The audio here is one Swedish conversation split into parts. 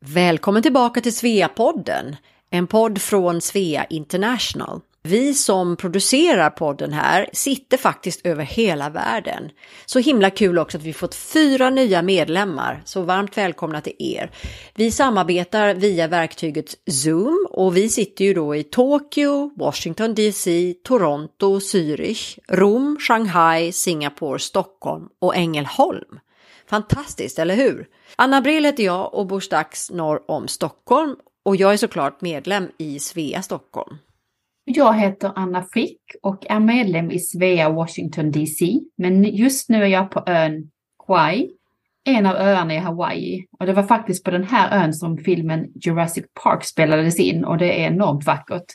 Välkommen tillbaka till Svea-podden, en podd från Svea International. Vi som producerar podden här sitter faktiskt över hela världen. Så himla kul också att vi fått 4 nya medlemmar, så varmt välkomna till er. Vi samarbetar via verktyget Zoom och vi sitter ju då i Tokyo, Washington DC, Toronto, Zürich, Rom, Shanghai, Singapore, Stockholm och Ängelholm. Fantastiskt, eller hur? Anna Brill heter jag och bor strax norr om Stockholm och jag är såklart medlem i Svea Stockholm. Jag heter Anna Frick och är medlem i Svea Washington DC, men just nu är jag på ön Kauai, en av öarna i Hawaii. Och det var faktiskt på den här ön som filmen Jurassic Park spelades in och det är enormt vackert.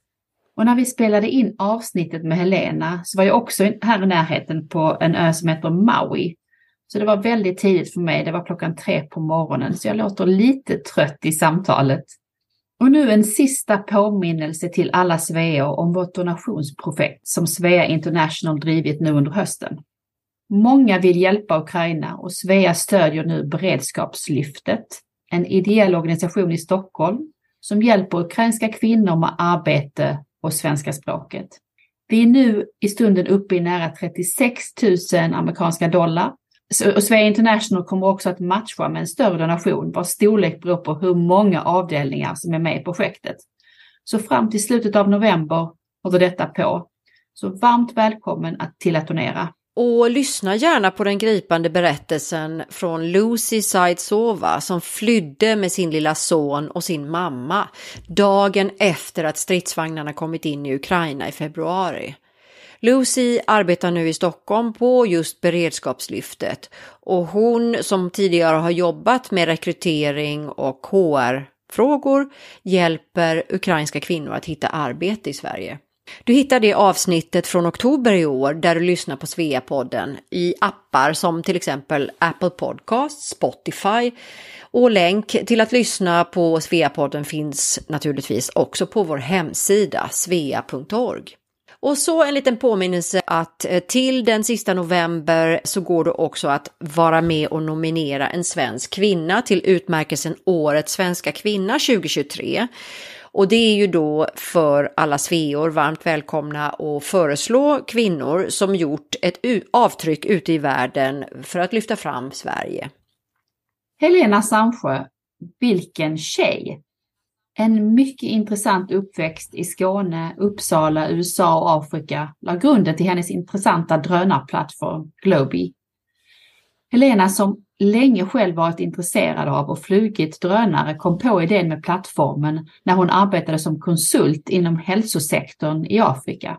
Och när vi spelade in avsnittet med Helena så var jag också här i närheten på en ö som heter Maui. Så det var väldigt tidigt för mig, det var 3:00 på morgonen så jag låter lite trött i samtalet. Och nu en sista påminnelse till alla Sveaor om vårt donationsprojekt som Svea International drivit nu under hösten. Många vill hjälpa Ukraina och Svea stödjer nu Beredskapslyftet, en ideell organisation i Stockholm som hjälper ukrainska kvinnor med arbete och svenska språket. Vi är nu i stunden uppe i nära 36 000 amerikanska dollar. Och Svea International kommer också att matcha med en större donation vars storlek beror på hur många avdelningar som är med i projektet. Så fram till slutet av november håller detta på. Så varmt välkommen till att donera. Och lyssna gärna på den gripande berättelsen från Lucy Saitsova som flydde med sin lilla son och sin mamma dagen efter att stridsvagnarna kommit in i Ukraina i februari. Lucy arbetar nu i Stockholm på just beredskapslyftet och hon som tidigare har jobbat med rekrytering och HR-frågor hjälper ukrainska kvinnor att hitta arbete i Sverige. Du hittar det avsnittet från oktober i år där du lyssnar på Svea-podden i appar som till exempel Apple Podcasts, Spotify och länk till att lyssna på Svea-podden finns naturligtvis också på vår hemsida svea.org. Och så en liten påminnelse att till den sista november så går det också att vara med och nominera en svensk kvinna till utmärkelsen Årets svenska kvinna 2023. Och det är ju då för alla Sveor varmt välkomna att föreslå kvinnor som gjort ett avtryck ute i världen för att lyfta fram Sverige. Helena Sandsjö, vilken tjej! En mycket intressant uppväxt i Skåne, Uppsala, USA och Afrika la grunden till hennes intressanta drönarplattform Globi. Helena som länge själv varit intresserad av och flugit drönare kom på idén med plattformen när hon arbetade som konsult inom hälsosektorn i Afrika.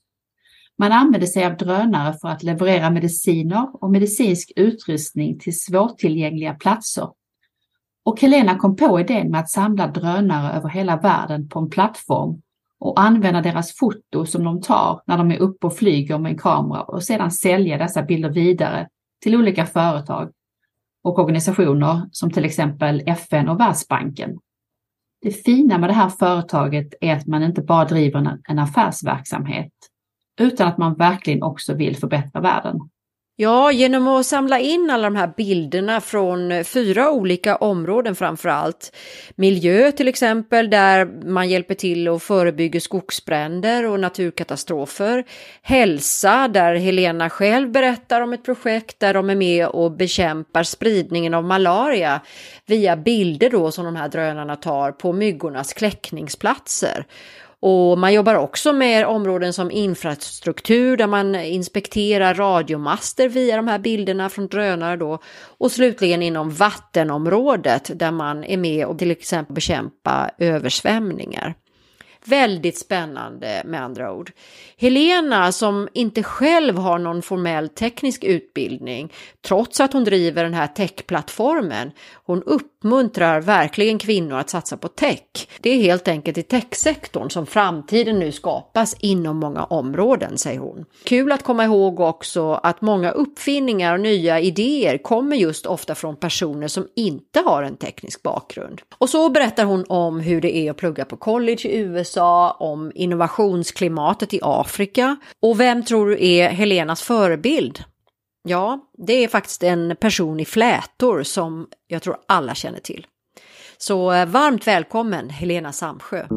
Man använde sig av drönare för att leverera mediciner och medicinsk utrustning till svårtillgängliga platser. Och Helena kom på idén med att samla drönare över hela världen på en plattform och använda deras foto som de tar när de är uppe och flyger med en kamera och sedan sälja dessa bilder vidare till olika företag och organisationer som till exempel FN och Världsbanken. Det fina med det här företaget är att man inte bara driver en affärsverksamhet utan att man verkligen också vill förbättra världen. Ja, genom att samla in alla de här bilderna från 4 olika områden framförallt. Miljö till exempel där man hjälper till att förebygga skogsbränder och naturkatastrofer. Hälsa där Helena själv berättar om ett projekt där de är med och bekämpar spridningen av malaria via bilder då som de här drönarna tar på myggornas kläckningsplatser. Och man jobbar också med områden som infrastruktur där man inspekterar radiomaster via de här bilderna från drönare då. Och slutligen inom vattenområdet där man är med och till exempel bekämpa översvämningar. Väldigt spännande med andra ord. Helena som inte själv har någon formell teknisk utbildning trots att hon driver den här techplattformen, hon uppmuntrar verkligen kvinnor att satsa på tech. Det är helt enkelt i techsektorn som framtiden nu skapas inom många områden, säger hon. Kul att komma ihåg också att många uppfinningar och nya idéer kommer just ofta från personer som inte har en teknisk bakgrund. Och så berättar hon om hur det är att plugga på college i USA, om innovationsklimatet i Afrika. Och vem tror du är Helenas förebild? Ja, det är faktiskt en person i flätor som jag tror alla känner till. Så varmt välkommen Helena Samsjö.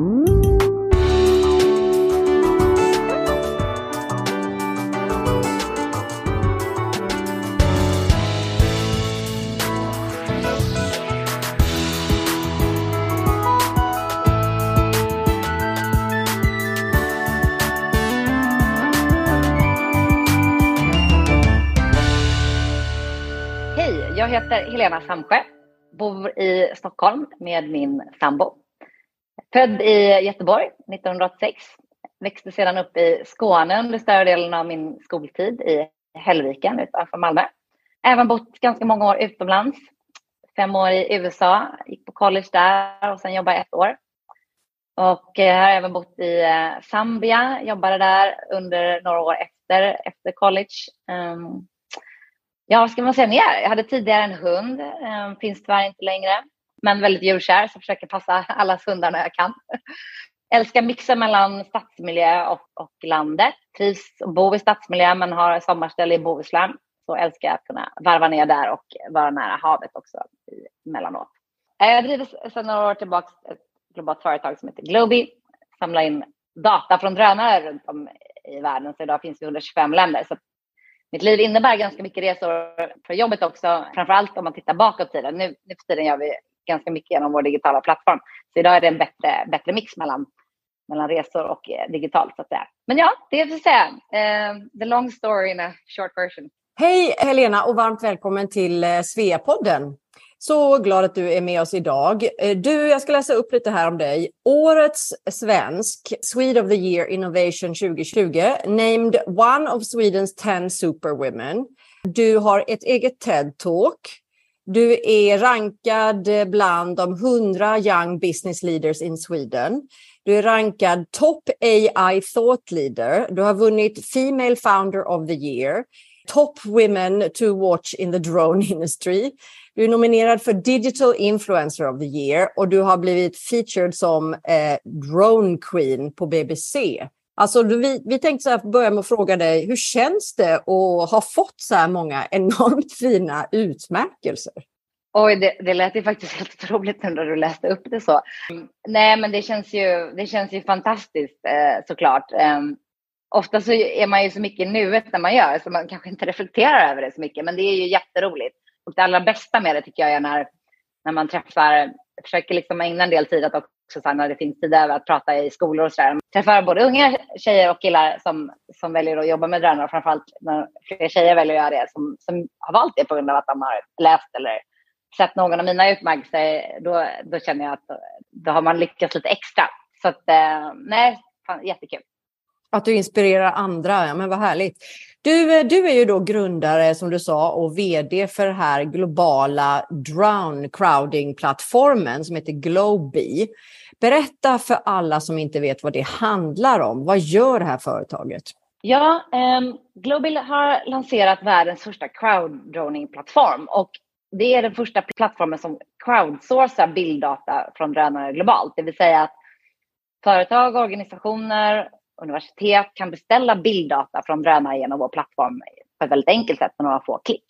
Jag heter Helena Samsjö, bor i Stockholm med min sambo. Född i Göteborg 1986, växte sedan upp i Skåne under större delen av min skoltid i Hällviken utanför Malmö. Även bott ganska många år utomlands, 5 år i USA, gick på college där och sen jobbade 1 år. Och har även bott i Zambia, jobbade där under några år efter college. Ja, vad ska man säga mer? Jag hade tidigare en hund, finns tyvärr inte längre. Men väldigt djurkär, så försöker passa alla hundar när jag kan. Älskar mixa mellan stadsmiljö och landet. Trivs att bo i stadsmiljö men har sommarställe i Bohuslän. Så älskar jag att kunna varva ner där och vara nära havet också emellanåt. Jag driver sedan några år tillbaka ett globalt företag som heter Globi. Samlar in data från drönare runt om i världen. Så idag finns det 125 länder. Så mitt liv innebär ganska mycket resor för jobbet också. Framförallt om man tittar bakåt i tiden. Nu för tiden gör vi ganska mycket genom vår digitala plattform. Så idag är det en bättre mix mellan resor och digitalt så att säga. Men ja, det är för att säga. The long story in a short version. Hej Helena och varmt välkommen till Svea-podden. Så glad att du är med oss idag. Jag ska läsa upp lite här om dig. Årets svensk, Swede of the Year Innovation 2020, named one of Sweden's 10 superwomen. Du har ett eget TED-talk. Du är rankad bland de 100 young business leaders in Sweden. Du är rankad top AI thought leader. Du har vunnit Female Founder of the Year. Top women to watch in the drone industry. Du är nominerad för Digital Influencer of the Year och du har blivit featured som Drone Queen på BBC. Alltså vi tänkte så här, börja med att fråga dig, hur känns det att ha fått så här många enormt fina utmärkelser? Oj, det lät ju faktiskt helt otroligt när du läste upp det så. Nej, men det känns ju fantastiskt såklart. Ofta så är man ju så mycket i nuet när man gör så man kanske inte reflekterar över det så mycket. Men det är ju jätteroligt. Och det allra bästa med det tycker jag är när man försöker liksom ägna en del tid att också så när det finns tid över att prata i skolor och sådär. Träffar både unga tjejer och killar som väljer att jobba med drönare. Och framförallt när fler tjejer väljer att göra det som har valt det på grund av att de har läst eller sett någon av mina utmärkelser. Då känner jag att då har man lyckats lite extra. Så att nej, fan, jättekul. Att du inspirerar andra, ja men vad härligt. Du är ju då grundare som du sa och vd för den här globala drone crowding-plattformen som heter Globi. Berätta för alla som inte vet vad det handlar om. Vad gör det här företaget? Ja, Globi har lanserat världens första crowddroning-plattform och det är den första plattformen som crowdsourcar bilddata från drönare globalt. Det vill säga att företag, organisationer, universitet kan beställa bilddata från drönare genom vår plattform på ett väldigt enkelt sätt med några få klick.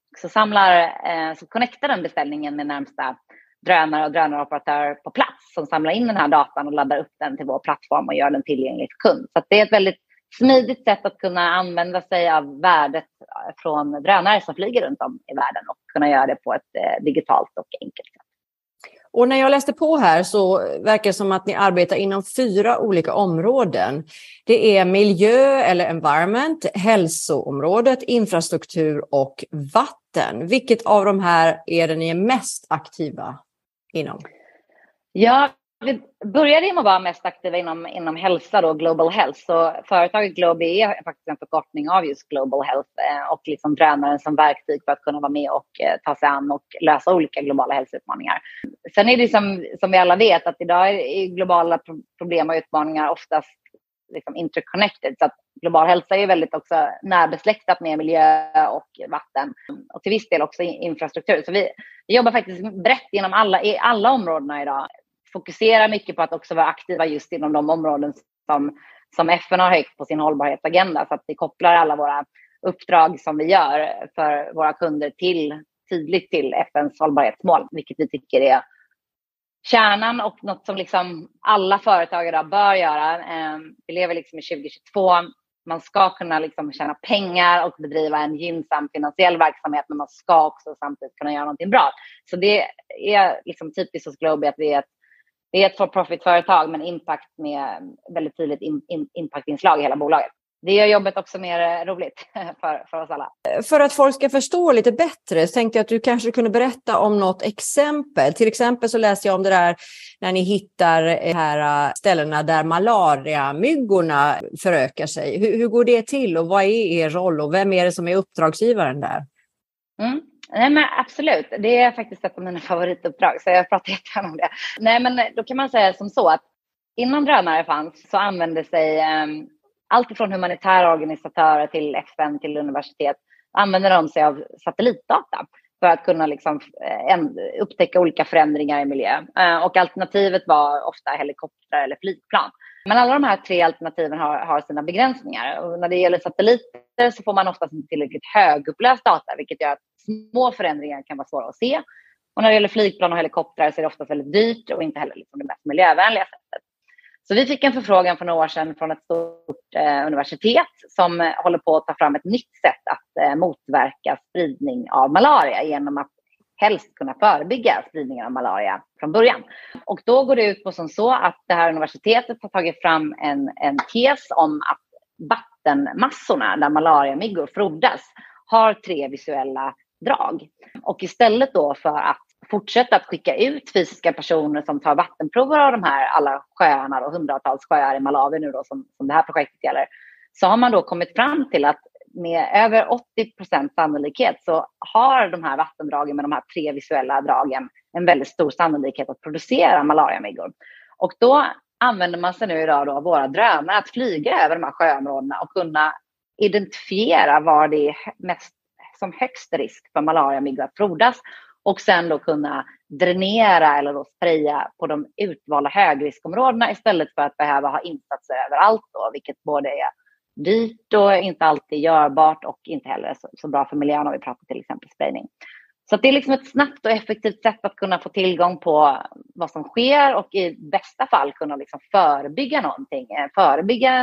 Så connectar den beställningen med närmsta drönare och drönaroperatör på plats som samlar in den här datan och laddar upp den till vår plattform och gör den tillgänglig för kund. Så det är ett väldigt smidigt sätt att kunna använda sig av värdet från drönare som flyger runt om i världen och kunna göra det på ett digitalt och enkelt sätt. Och när jag läste på här så verkar det som att ni arbetar inom 4 olika områden. Det är miljö eller environment, hälsoområdet, infrastruktur och vatten. Vilket av de här är det ni är mest aktiva inom? Ja, vi började med att vara mest aktiva inom hälsa då, Global Health. Så företaget Globi är faktiskt en förkortning av just Global Health och liksom drönaren som verktyg för att kunna vara med och ta sig an och lösa olika globala hälsoutmaningar. Sen är det som vi alla vet att idag är globala problem och utmaningar oftast liksom interconnected. Så att global hälsa är väldigt också närbesläktat med miljö och vatten och till viss del också infrastruktur. Så vi jobbar faktiskt brett inom alla områdena idag. Fokuserar mycket på att också vara aktiva just inom de områden som FN har högt på sin hållbarhetsagenda. Så att vi kopplar alla våra uppdrag som vi gör för våra kunder tydligt till FNs hållbarhetsmål. Vilket vi tycker är kärnan och något som liksom alla företagare bör göra. Vi lever liksom i 2022. Man ska kunna liksom tjäna pengar och bedriva en gynnsam finansiell verksamhet, men man ska också samtidigt kunna göra någonting bra. Så det är liksom typiskt hos Globee att vi är ett for-profit-företag, men impact med väldigt tydligt impactinslag i hela bolaget. Det gör jobbet också mer roligt för oss alla. För att folk ska förstå lite bättre så tänkte jag att du kanske kunde berätta om något exempel. Till exempel så läste jag om det där när ni hittar här ställena där malariamyggorna förökar sig. Hur går det till och vad är er roll och vem är det som är uppdragsgivaren där? Nej, men absolut. Det är faktiskt ett av mina favorituppdrag, så jag pratar jättegärna om det. Nej, men då kan man säga som så att innan drönare fanns så använde sig allt ifrån humanitära organisatörer till FN till universitet använder de sig av satellitdata för att kunna liksom, upptäcka olika förändringar i miljö. Och alternativet var ofta helikoptrar eller flygplan. Men alla de här 3 alternativen har sina begränsningar. Och när det gäller satelliter så får man oftast inte tillräckligt högupplöst data, vilket gör att små förändringar kan vara svåra att se. Och när det gäller flygplan och helikoptrar så är det oftast väldigt dyrt och inte heller liksom det mest miljövänliga sättet. Så vi fick en förfrågan för några år sedan från ett stort universitet som håller på att ta fram ett nytt sätt att motverka spridning av malaria genom att helst kunna förebygga spridningen av malaria från början. Och då går det ut på som så att det här universitetet har tagit fram en tes om att vattenmassorna där malariamyggor frodas har 3 visuella drag. Och istället då för att fortsätta att skicka ut fysiska personer som tar vattenprover av de här alla sjöarna och hundratals sjöar i Malawi nu då som det här projektet gäller, så har man då kommit fram till att med över 80% sannolikhet så har de här vattendragen med de här 3 visuella dragen en väldigt stor sannolikhet att producera malariamyggor. Och då använder man sig nu idag då våra drönare att flyga över de här sjöområdena och kunna identifiera var det är som högst risk för malariamyggor att frodas. Och sen då kunna dränera eller då spraya på de utvalda högriskområdena istället för att behöva ha insatser överallt då, vilket både är dyrt och inte alltid görbart och inte heller så bra för miljön om vi pratar till exempel sprayning. Så det är liksom ett snabbt och effektivt sätt att kunna få tillgång på vad som sker och i bästa fall kunna liksom förebygga någonting. Förebygga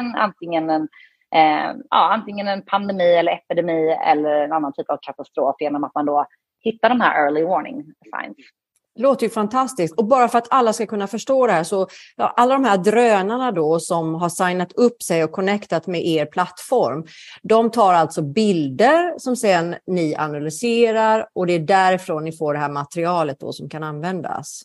antingen en pandemi eller epidemi eller en annan typ av katastrof genom att man då hitta de här early warning signs. Det låter ju fantastiskt. Och bara för att alla ska kunna förstå det här så alla de här drönarna då som har signat upp sig och connectat med er plattform, de tar alltså bilder som sedan ni analyserar och det är därifrån ni får det här materialet då som kan användas.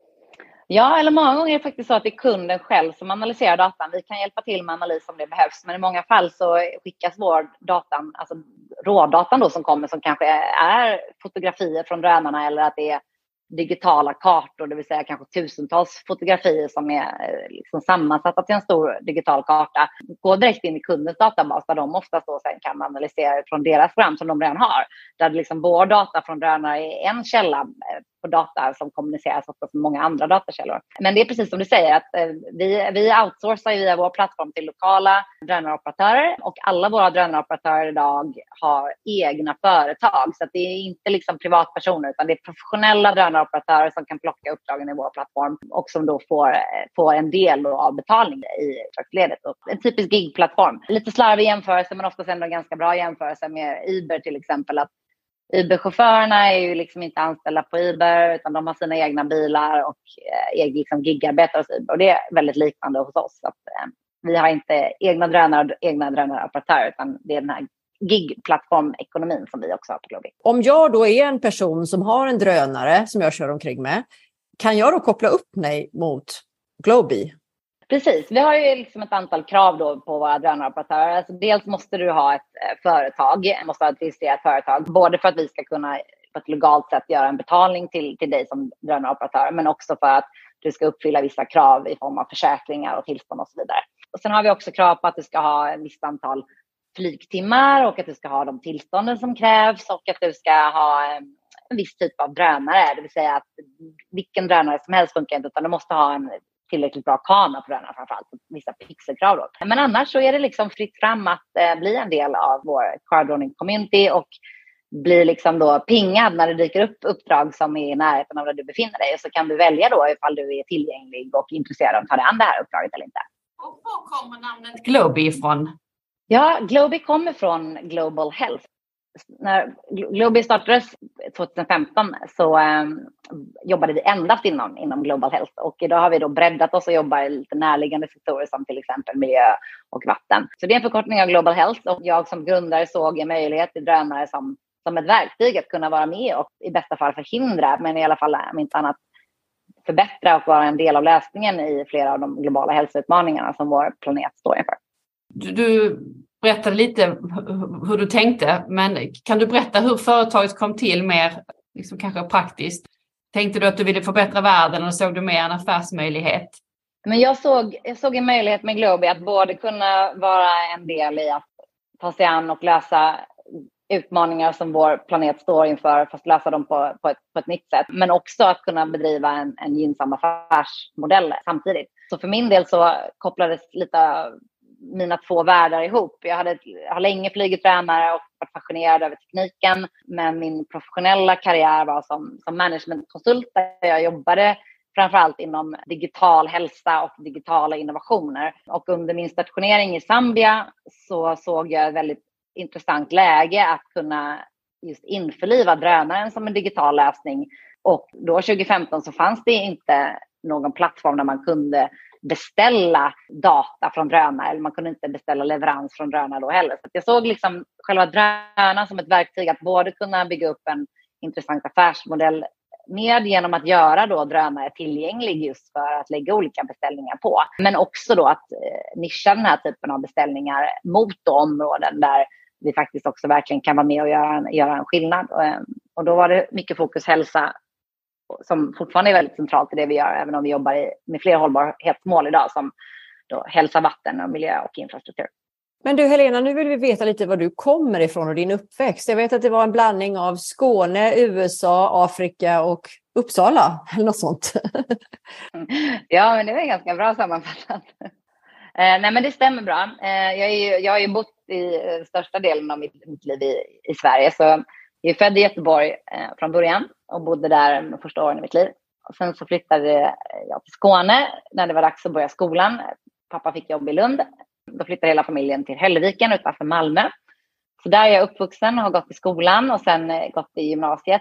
Ja, eller många gånger är det faktiskt så att det är kunden själv som analyserar datan. Vi kan hjälpa till med analys om det behövs, men i många fall så skickas vår datan, alltså rådatan då som kommer som kanske är fotografier från drönarna eller att det är digitala kartor, det vill säga kanske tusentals fotografier som är liksom sammansatta till en stor digital karta, går direkt in i kundens databas där de oftast då sen kan analysera från deras program som de redan har. Där liksom vår data från drönare är en källa på data som kommuniceras också med många andra datakällor. Men det är precis som du säger att vi outsourcar via vår plattform till lokala drönaroperatörer och alla våra drönaroperatörer idag har egna företag. Så att det är inte liksom privatpersoner utan det är professionella drönaroperatörer som kan plocka uppdragen i vår plattform och som då får en del av betalning i uppdragsledet. En typisk gigplattform. Lite slarvig jämförelse men oftast ändå ganska bra jämförelse med Uber till exempel. Att Uber-chaufförerna är ju liksom inte anställda på Uber utan de har sina egna bilar och liksom gigarbetare hos Uber. Och det är väldigt liknande hos oss. Så att, vi har inte egna drönare-operatörer utan det är den här gig-plattformekonomin som vi också har på Globee. Om jag då är en person som har en drönare som jag kör omkring med, kan jag då koppla upp mig mot Globee? Precis, vi har ju liksom ett antal krav då på våra drönaroperatörer. Alltså dels måste du ha ett företag, måste ha ett registrerat företag. Både för att vi ska kunna på ett legalt sätt göra en betalning till dig som drönaroperatör. Men också för att du ska uppfylla vissa krav i form av försäkringar och tillstånd och så vidare. Och sen har vi också krav på att du ska ha ett visst antal flygtimmar och att du ska ha de tillstånden som krävs. Och att du ska ha en viss typ av drönare. Det vill säga att vilken drönare som helst funkar inte utan du måste ha en tillräckligt bra kamera på drönaren framförallt. Vissa pixelkrav då. Men annars så är det liksom fritt fram att bli en del av vår crowdrunning community och blir liksom då pingad när det dyker upp uppdrag som är i närheten av där du befinner dig. Och så kan du välja då ifall du är tillgänglig och intresserad av att ta dig an det här uppdraget eller inte. Och var kommer namnet Globi ifrån? Ja, Globi kommer från Global Health. När Globi startades 2015 så jobbade vi endast inom Global Health. Och idag har vi då breddat oss och jobbar i lite närliggande sektorer som till exempel miljö och vatten. Så det är en förkortning av Global Health och jag som grundare såg en möjlighet till drönare som ett verktyg att kunna vara med och i bästa fall förhindra, men i alla fall om inte annat förbättra och vara en del av lösningen i flera av de globala hälsoutmaningarna som vår planet står inför. Du berättade lite hur du tänkte, men kan du berätta hur företaget kom till mer liksom kanske praktiskt? Tänkte du att du ville förbättra världen eller såg du mer en affärsmöjlighet? Men jag såg en möjlighet med Globi att både kunna vara en del i att ta sig an och lösa utmaningar som vår planet står inför, fast lösa dem på ett nytt sätt. Men också att kunna bedriva en gynnsam affärsmodell samtidigt. Så för min del så kopplades lite mina två världar ihop. Jag har länge flugit drönare och varit fascinerad över tekniken. Men min professionella karriär var som managementkonsult där jag jobbade framförallt inom digital hälsa och digitala innovationer. Och under min stationering i Zambia så såg jag ett väldigt intressant läge att kunna just införliva drönaren som en digital lösning. Och då 2015 så fanns det inte någon plattform där man kunde beställa data från drönare, eller man kunde inte beställa leverans från drönare då heller. Så jag såg liksom själva drönaren som ett verktyg att både kunna bygga upp en intressant affärsmodell med genom att göra då drönare tillgänglig just för att lägga olika beställningar på. Men också då att nischa den här typen av beställningar mot då områden där vi faktiskt också verkligen kan vara med och göra en skillnad. Och då var det mycket fokus hälsa som fortfarande är väldigt centralt i det vi gör, även om vi jobbar med fler hållbarhetsmål idag som då hälsa, vatten och miljö och infrastruktur. Men du Helena, nu vill vi veta lite var du kommer ifrån och din uppväxt. Jag vet att det var en blandning av Skåne, USA, Afrika och Uppsala eller något sånt. Ja, men det är ganska bra sammanfattat. Nej, men det stämmer bra. Jag har ju bott i största delen av mitt liv i Sverige, så jag är född i Göteborg från början och bodde där de första åren i mitt liv. Och sen så flyttade jag till Skåne när det var dags att börja skolan. Pappa fick jobb i Lund. Då flyttade hela familjen till Höllviken utanför Malmö. Så där är jag uppvuxen och har gått i skolan och sen gått i gymnasiet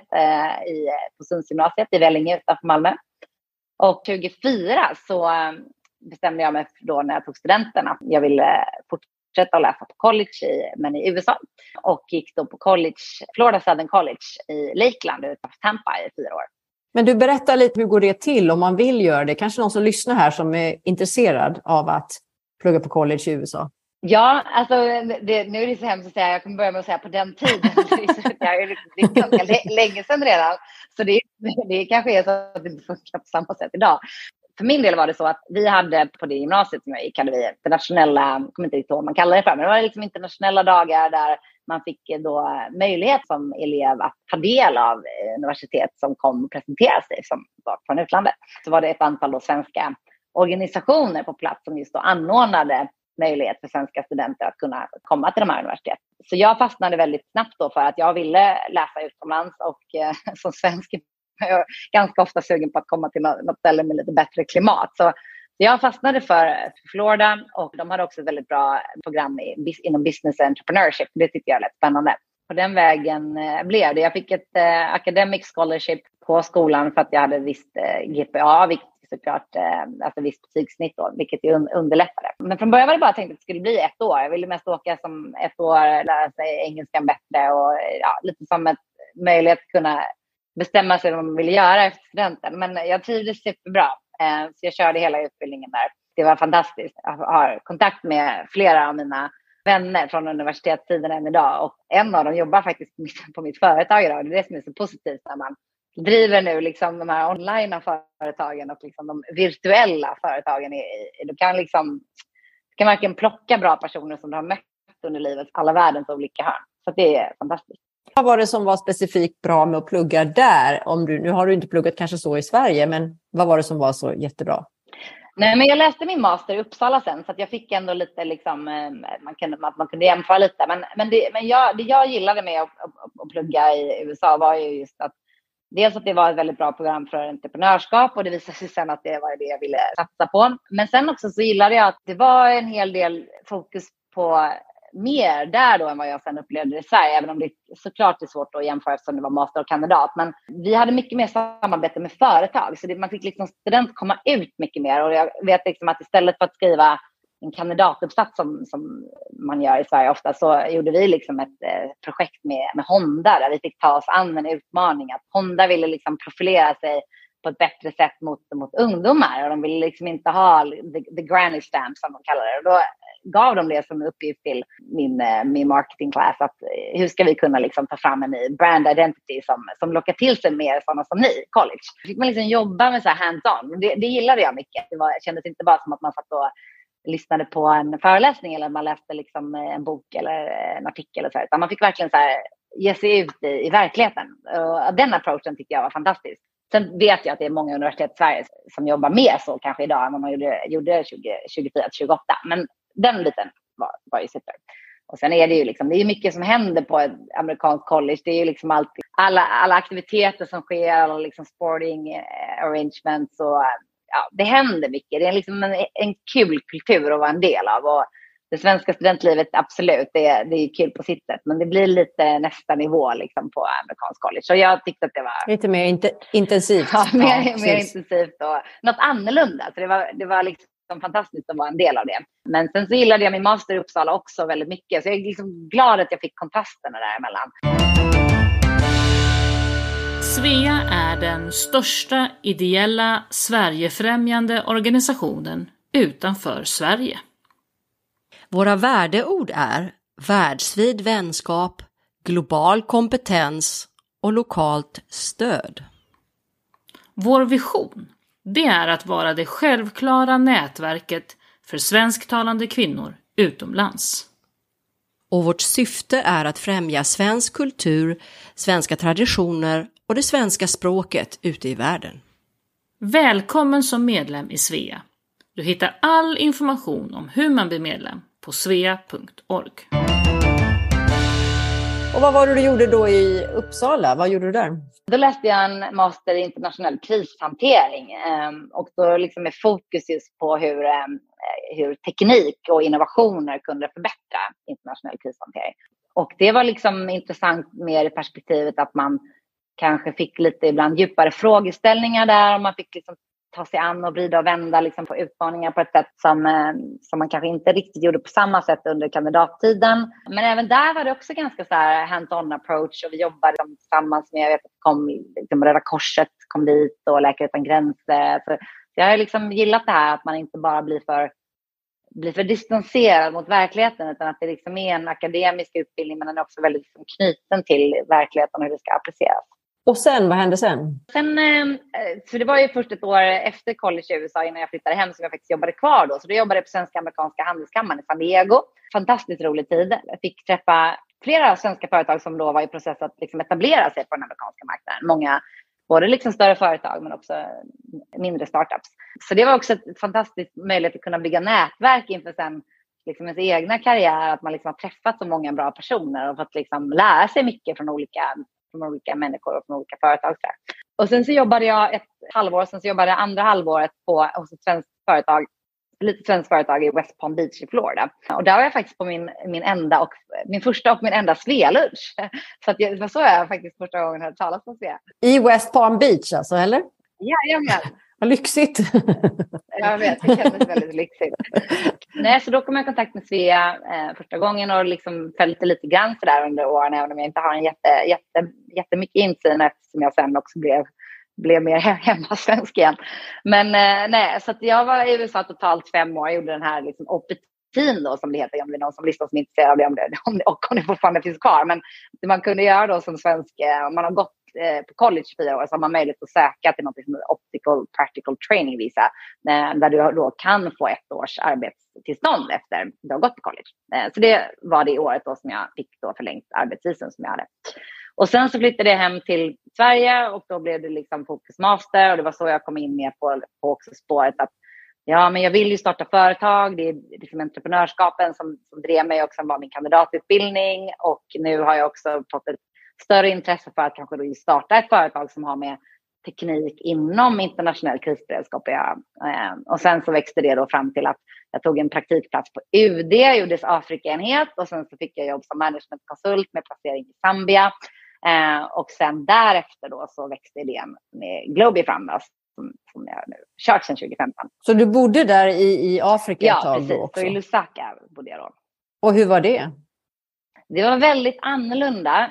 på Sundsgymnasiet i Vellinge utanför Malmö. Och 2004 så bestämde jag mig då när jag tog studenten att jag ville fortsätta att läsa på college men i USA. Och gick då på college, Florida Southern College i Lakeland utanför Tampa i 4 år. Men du, berättar lite, hur går det till om man vill göra det? Kanske någon som lyssnar här som är intresserad av att plugga på college i USA? Ja, alltså nu är det så hemskt att säga. Jag kommer börja med att säga på den tiden. Det är ganska länge sedan redan. Så det kanske är så att det inte funkar på samma sätt idag. För min del var det så att vi hade på det gymnasiet som jag gick, hade vi internationella, jag kommer inte ihåg vad man kallar det för, men det var liksom internationella dagar där man fick då möjlighet som elev att ta del av universitet som kom och presentera sig som var från utlandet. Så var det ett antal då svenska organisationer på plats som just då anordnade möjlighet för svenska studenter att kunna komma till de här universiteten. Så jag fastnade väldigt snabbt då för att jag ville läsa utomlands och som svensk jag är ganska ofta sugen på att komma till något ställe med lite bättre klimat. Så jag fastnade för Florida och de hade också ett väldigt bra program inom business entrepreneurship. Det tyckte jag lät spännande. På den vägen blev det. Jag fick ett academic scholarship på skolan för att jag hade visst GPA, vilket såklart, alltså visst betygssnitt då, vilket ju underlättade. Men från början var det bara tänkt att det skulle bli 1 år. Jag ville mest åka som 1 år, lära sig engelskan bättre och lite som ett möjlighet att kunna bestämma sig vad man vill göra efter studenten. Men jag trivdes superbra. Så jag körde hela utbildningen där. Det var fantastiskt. Jag har kontakt med flera av mina vänner från universitetstiden än idag. Och en av dem jobbar faktiskt på mitt företag idag. Det är det som är så positivt när man driver nu liksom de här online företagen och liksom de virtuella företagen. Du kan verkligen plocka bra personer som du har mött under livet, alla världens olika hörn. Så det är fantastiskt. Vad var det som var specifikt bra med att plugga där? Nu har du inte pluggat kanske så i Sverige, men vad var det som var så jättebra? Nej, men jag läste min master i Uppsala sen, så att jag fick ändå lite liksom, man kunde jämföra lite. Men det jag gillade med att plugga i USA var ju just att dels att det var ett väldigt bra program för entreprenörskap, och det visade sig sen att det var det jag ville satsa på. Men sen också så gillade jag att det var en hel del fokus på mer där då än vad jag sen upplevde i Sverige, även om det såklart är svårt att jämföra eftersom det var master och kandidat. Men vi hade mycket mer samarbete med företag, så man fick liksom student komma ut mycket mer. Och jag vet liksom att istället för att skriva en kandidatuppsats som man gör i Sverige ofta, så gjorde vi liksom ett projekt med Honda där vi fick ta oss an en utmaning. Att Honda ville liksom profilera sig på ett bättre sätt mot ungdomar, och de ville liksom inte ha the granny stamp som de kallar det. Och då gav de det som uppgift till min marketing class, att hur ska vi kunna liksom ta fram en ny brand identity som lockar till sig mer sådana som ni, college. Så fick man liksom jobba med så här hands-on. Det gillade jag mycket. Det kändes inte bara som att man satt och lyssnade på en föreläsning eller man läste liksom en bok eller en artikel. Och så här. Utan man fick verkligen så här ge sig ut i verkligheten. Och den approachen tycker jag var fantastisk. Sen vet jag att det är många universitet i Sverige som jobbar mer så kanske idag än vad man gjorde 2024-2028. Men den biten var ju super. Och sen är det ju liksom, det är mycket som händer på ett amerikanskt college. Det är ju liksom alltid alla aktiviteter som sker, alla liksom sporting arrangements, och ja, det händer mycket. Det är liksom en kul kultur att vara en del av. Och det svenska studentlivet, absolut, det är kul på sitt sätt. Men det blir lite nästa nivå liksom på amerikansk college. Så jag tyckte att det var lite mer intensivt. Ja, mer intensivt och något annorlunda. Så det var liksom fantastiskt att vara en del av det. Men sen så gillade jag min master i Uppsala också väldigt mycket. Så jag är liksom glad att jag fick kontrasterna däremellan. Svea är den största ideella Sverigefrämjande organisationen utanför Sverige. Våra värdeord är världsvid vänskap, global kompetens och lokalt stöd. Vår vision, det är att vara det självklara nätverket för svensktalande kvinnor utomlands. Och vårt syfte är att främja svensk kultur, svenska traditioner och det svenska språket ute i världen. Välkommen som medlem i Svea. Du hittar all information om hur man blir medlem på svea.org. Och vad var det du gjorde då i Uppsala? Vad gjorde du där? Då läste jag en master i internationell krishantering, och då liksom är fokus just på hur teknik och innovationer kunde förbättra internationell krishantering. Och det var liksom intressant mer i perspektivet att man kanske fick lite ibland djupare frågeställningar där, och man fick liksom ta sig an och vrida och vända liksom på utmaningar på ett sätt som man kanske inte riktigt gjorde på samma sätt under kandidattiden. Men även där var det också ganska så här hands-on approach, och vi jobbade tillsammans med, jag vet att Röda Korset kom dit och Läkare utan gränser. Så jag har liksom gillat det här att man inte bara blir för distanserad mot verkligheten, utan att det liksom är en akademisk utbildning, men den är också väldigt liksom knuten till verkligheten och hur det ska appliceras. Och sen, vad hände sen? För det var ju först ett år efter college i USA innan jag flyttade hem som jag faktiskt jobbade kvar då. Så då jobbade jag på Svenska Amerikanska Handelskammaren i San Diego. Fantastiskt rolig tid. Jag fick träffa flera svenska företag som då var i process att liksom etablera sig på den amerikanska marknaden. Många, både liksom större företag men också mindre startups. Så det var också ett fantastiskt möjlighet att kunna bygga nätverk inför sen liksom ens egna karriär. Att man liksom har träffat så många bra personer och fått liksom lära sig mycket från olika människor och från olika företag. Och sen så jobbade jag ett halvår, sen så jobbade jag andra halvåret hos ett svenskt företag i West Palm Beach i Florida. Och där var jag faktiskt på min första och min enda Svea-lunch. Så att det var så jag faktiskt första gången hörde talas om Svea. I West Palm Beach alltså, eller? Jajamän. Vad lyxigt. Jag vet, det kändes väldigt lyxigt. Nej, så då kom jag i kontakt med Svea första gången och liksom följde lite grann så där under åren, även om jag inte har en jättemycket insyn eftersom jag sen också blev mer hemmasvensk igen. Men nej, så att jag var i USA totalt 5 år. Jag gjorde den här liksom OPT:n då, som det heter, om det är någon som lyssnar som är intresserad av det, om det fortfarande finns kvar. Men det man kunde göra då som svensk, om man har gått på college 4 år, så har man möjlighet att söka till något som Optical Practical Training Visa, där du då kan få 1 års arbetstillstånd efter du har gått på college. Så det var det året då som jag fick då förlängt arbetsvisum som jag hade. Och sen så flyttade jag hem till Sverige och då blev det liksom fokus master, och det var så jag kom in med på också spåret att ja, men jag vill ju starta företag. Det är liksom entreprenörskapen som drev mig också, var min kandidatutbildning. Och nu har jag också fått ett större intresse för att kanske då starta ett företag som har med teknik inom internationell krisberedskap. Och sen så växte det då fram till att jag tog en praktikplats på UD, UDs Afrikaenhet, och sen så fick jag jobb som managementkonsult med placering i Zambia. Och sen därefter då så växte idén med Globi fram då, som jag nu kört sedan 2015. Så du bodde där i Afrika ett tag? Ja, precis. Också? Så i Lusaka bodde jag då. Och hur var det? Det var väldigt annorlunda.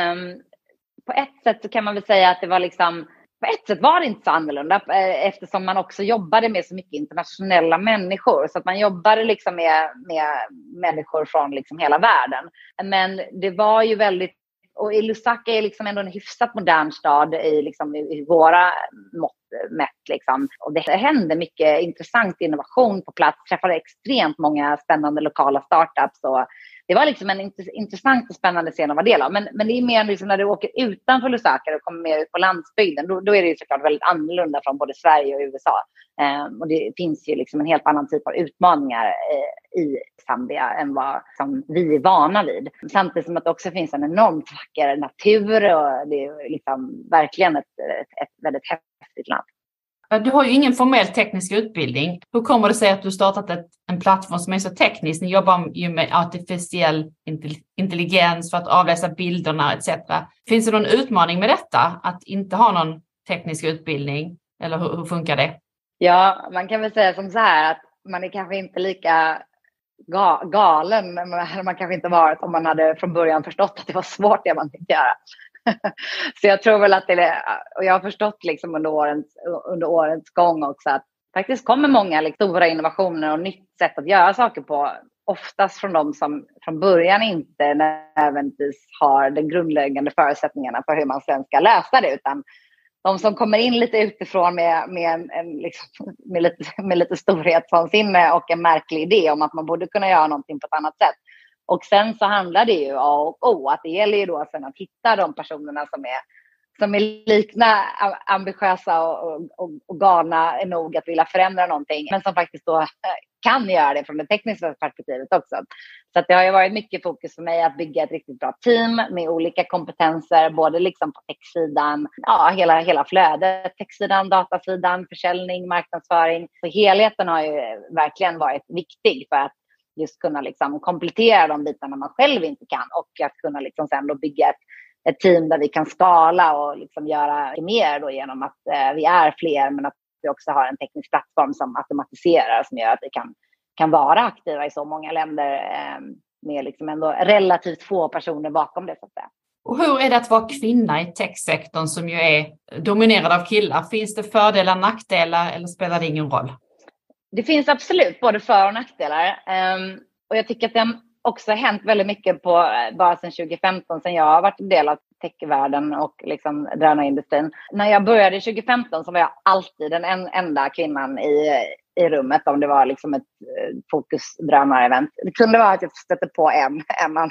På ett sätt så kan man väl säga att det var liksom, på ett sätt var det inte så annorlunda eftersom man också jobbade med så mycket internationella människor. Så att man jobbade liksom med människor från liksom hela världen. Men det var ju väldigt, och Lusaka är liksom ändå en hyfsat modern stad i våra mått mätt. Liksom. Och det hände mycket intressant innovation på plats. Träffade extremt många spännande lokala startups. Och det var liksom en intressant och spännande scen att vara del av. Men det är mer liksom när du åker utanför Lusaka och kommer mer ut på landsbygden. Då är det ju såklart väldigt annorlunda från både Sverige och USA. Och det finns ju liksom en helt annan typ av utmaningar i Zambia än vad som vi är vana vid. Samtidigt som att det också finns en enormt vacker natur och det är liksom verkligen ett väldigt häftigt land. Du har ju ingen formell teknisk utbildning. Hur kommer det sig att du startat en plattform som är så teknisk? Ni jobbar ju med artificiell intelligens för att avläsa bilderna etc. Finns det någon utmaning med detta? Att inte ha någon teknisk utbildning? Eller hur funkar det? Ja, man kan väl säga som så här att man är kanske inte lika galen. Man kanske inte varit om man hade från början förstått att det var svårt det man tänkte göra. Så jag tror väl att och jag har förstått liksom under årens gång också att faktiskt kommer många stora innovationer och nytt sätt att göra saker på, oftast från de som från början inte nödvändigtvis har de grundläggande förutsättningarna för hur man sen ska lösa det, utan de som kommer in lite utifrån med lite storhetsvansinne och en märklig idé om att man borde kunna göra någonting på ett annat sätt. Och sen så handlar det ju om att det gäller ju då sen att hitta de personerna som är likna ambitiösa och galna nog att vilja förändra någonting, men som faktiskt då kan göra det från det tekniska perspektivet också. Så att det har ju varit mycket fokus för mig att bygga ett riktigt bra team med olika kompetenser, både liksom på techsidan, hela flödet, techsidan, datasidan, försäljning, marknadsföring. Så helheten har ju verkligen varit viktig för att just kunna liksom komplettera de bitarna man själv inte kan, och att kunna liksom sen då bygga ett team där vi kan skala och liksom göra mer då genom att vi är fler, men att vi också har en teknisk plattform som automatiserar, som gör att vi kan vara aktiva i så många länder med liksom ändå relativt få personer bakom det, så att säga. Och hur är det att vara kvinna i techsektorn som ju är dominerad av killar? Finns det fördelar, nackdelar eller spelar det ingen roll? Det finns absolut både för- och nackdelar. Och jag tycker att det också har hänt väldigt mycket bara sedan 2015, sedan jag har varit en del av techvärlden och liksom drönarindustrin. När jag började 2015 så var jag alltid den enda kvinnan i rummet, om det var liksom ett fokusdrönarevent. Det kunde vara att jag stötte på en annan.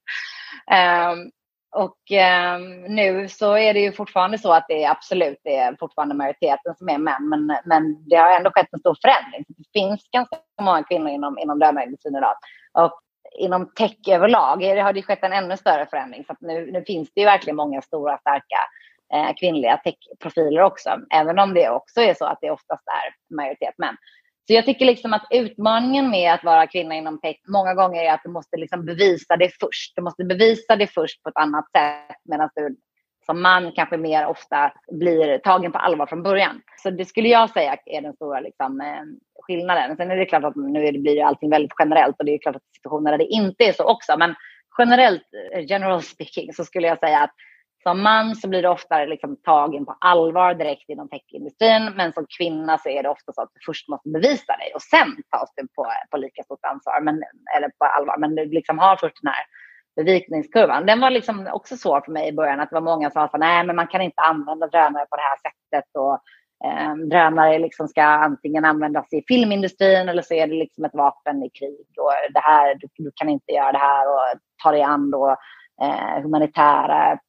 Nu så är det ju fortfarande så att det är fortfarande majoriteten som är män, men det har ändå skett en stor förändring. Det finns ganska många kvinnor inom drönarindustrin idag. Och inom tech överlag har det skett en ännu större förändring. Så att nu finns det ju verkligen många stora, starka kvinnliga techprofiler också. Även om det också är så att det oftast är majoritet män. Så jag tycker liksom att utmaningen med att vara kvinna inom tech många gånger är att du måste liksom bevisa det först. Du måste bevisa det först på ett annat sätt, medan du som man kanske mer ofta blir tagen på allvar från början. Så det skulle jag säga är den stora liksom, skillnaden. Sen är det klart att nu blir allting väldigt generellt, och det är klart att situationer där det inte är så också. Men generellt, general speaking, så skulle jag säga att som man så blir det ofta liksom tagen på allvar direkt inom techindustrin, men som kvinna så är det ofta så att du först måste bevisa dig och sen tas du på lika stort ansvar, eller på allvar. Men du liksom har först den här bevikningskurvan. Den var liksom också svår för mig i början, att det var många som sa nej, men man kan inte använda drönare på det här sättet, och drönare liksom ska antingen användas i filmindustrin eller så är det liksom ett vapen i krig, och det här, du kan inte göra det här och ta dig an då humanitära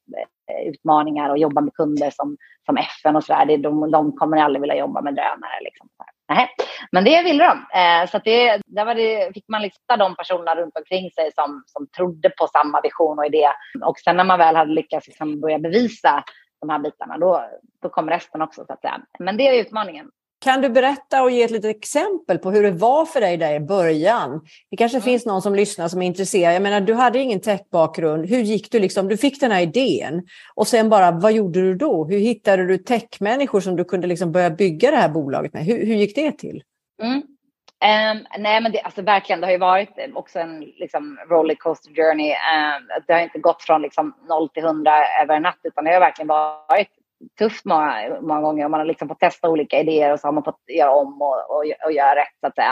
utmaningar och jobba med kunder som FN och sådär. De kommer aldrig vilja jobba med drönare liksom. Nej, men det ville de. Så att fick man liksom de personerna runt omkring sig som trodde på samma vision och idé. Och sen när man väl hade lyckats liksom börja bevisa de här bitarna, då kom resten också, så att säga. Men det är utmaningen. Kan du berätta och ge ett litet exempel på hur det var för dig där i början? Det kanske finns någon som lyssnar som är intresserad. Jag menar, du hade ingen tech-bakgrund. Hur gick du liksom? Du fick den här idén. Och sen bara, vad gjorde du då? Hur hittade du tech-människor som du kunde liksom börja bygga det här bolaget med? Hur gick det till? Nej, men alltså verkligen, det har ju varit också en liksom rollercoaster journey. Det har inte gått från liksom 0 till 100 över en natt, utan det har verkligen varit tufft många gånger. Man har liksom fått testa olika idéer och så har man fått göra om och göra rätt, så att säga.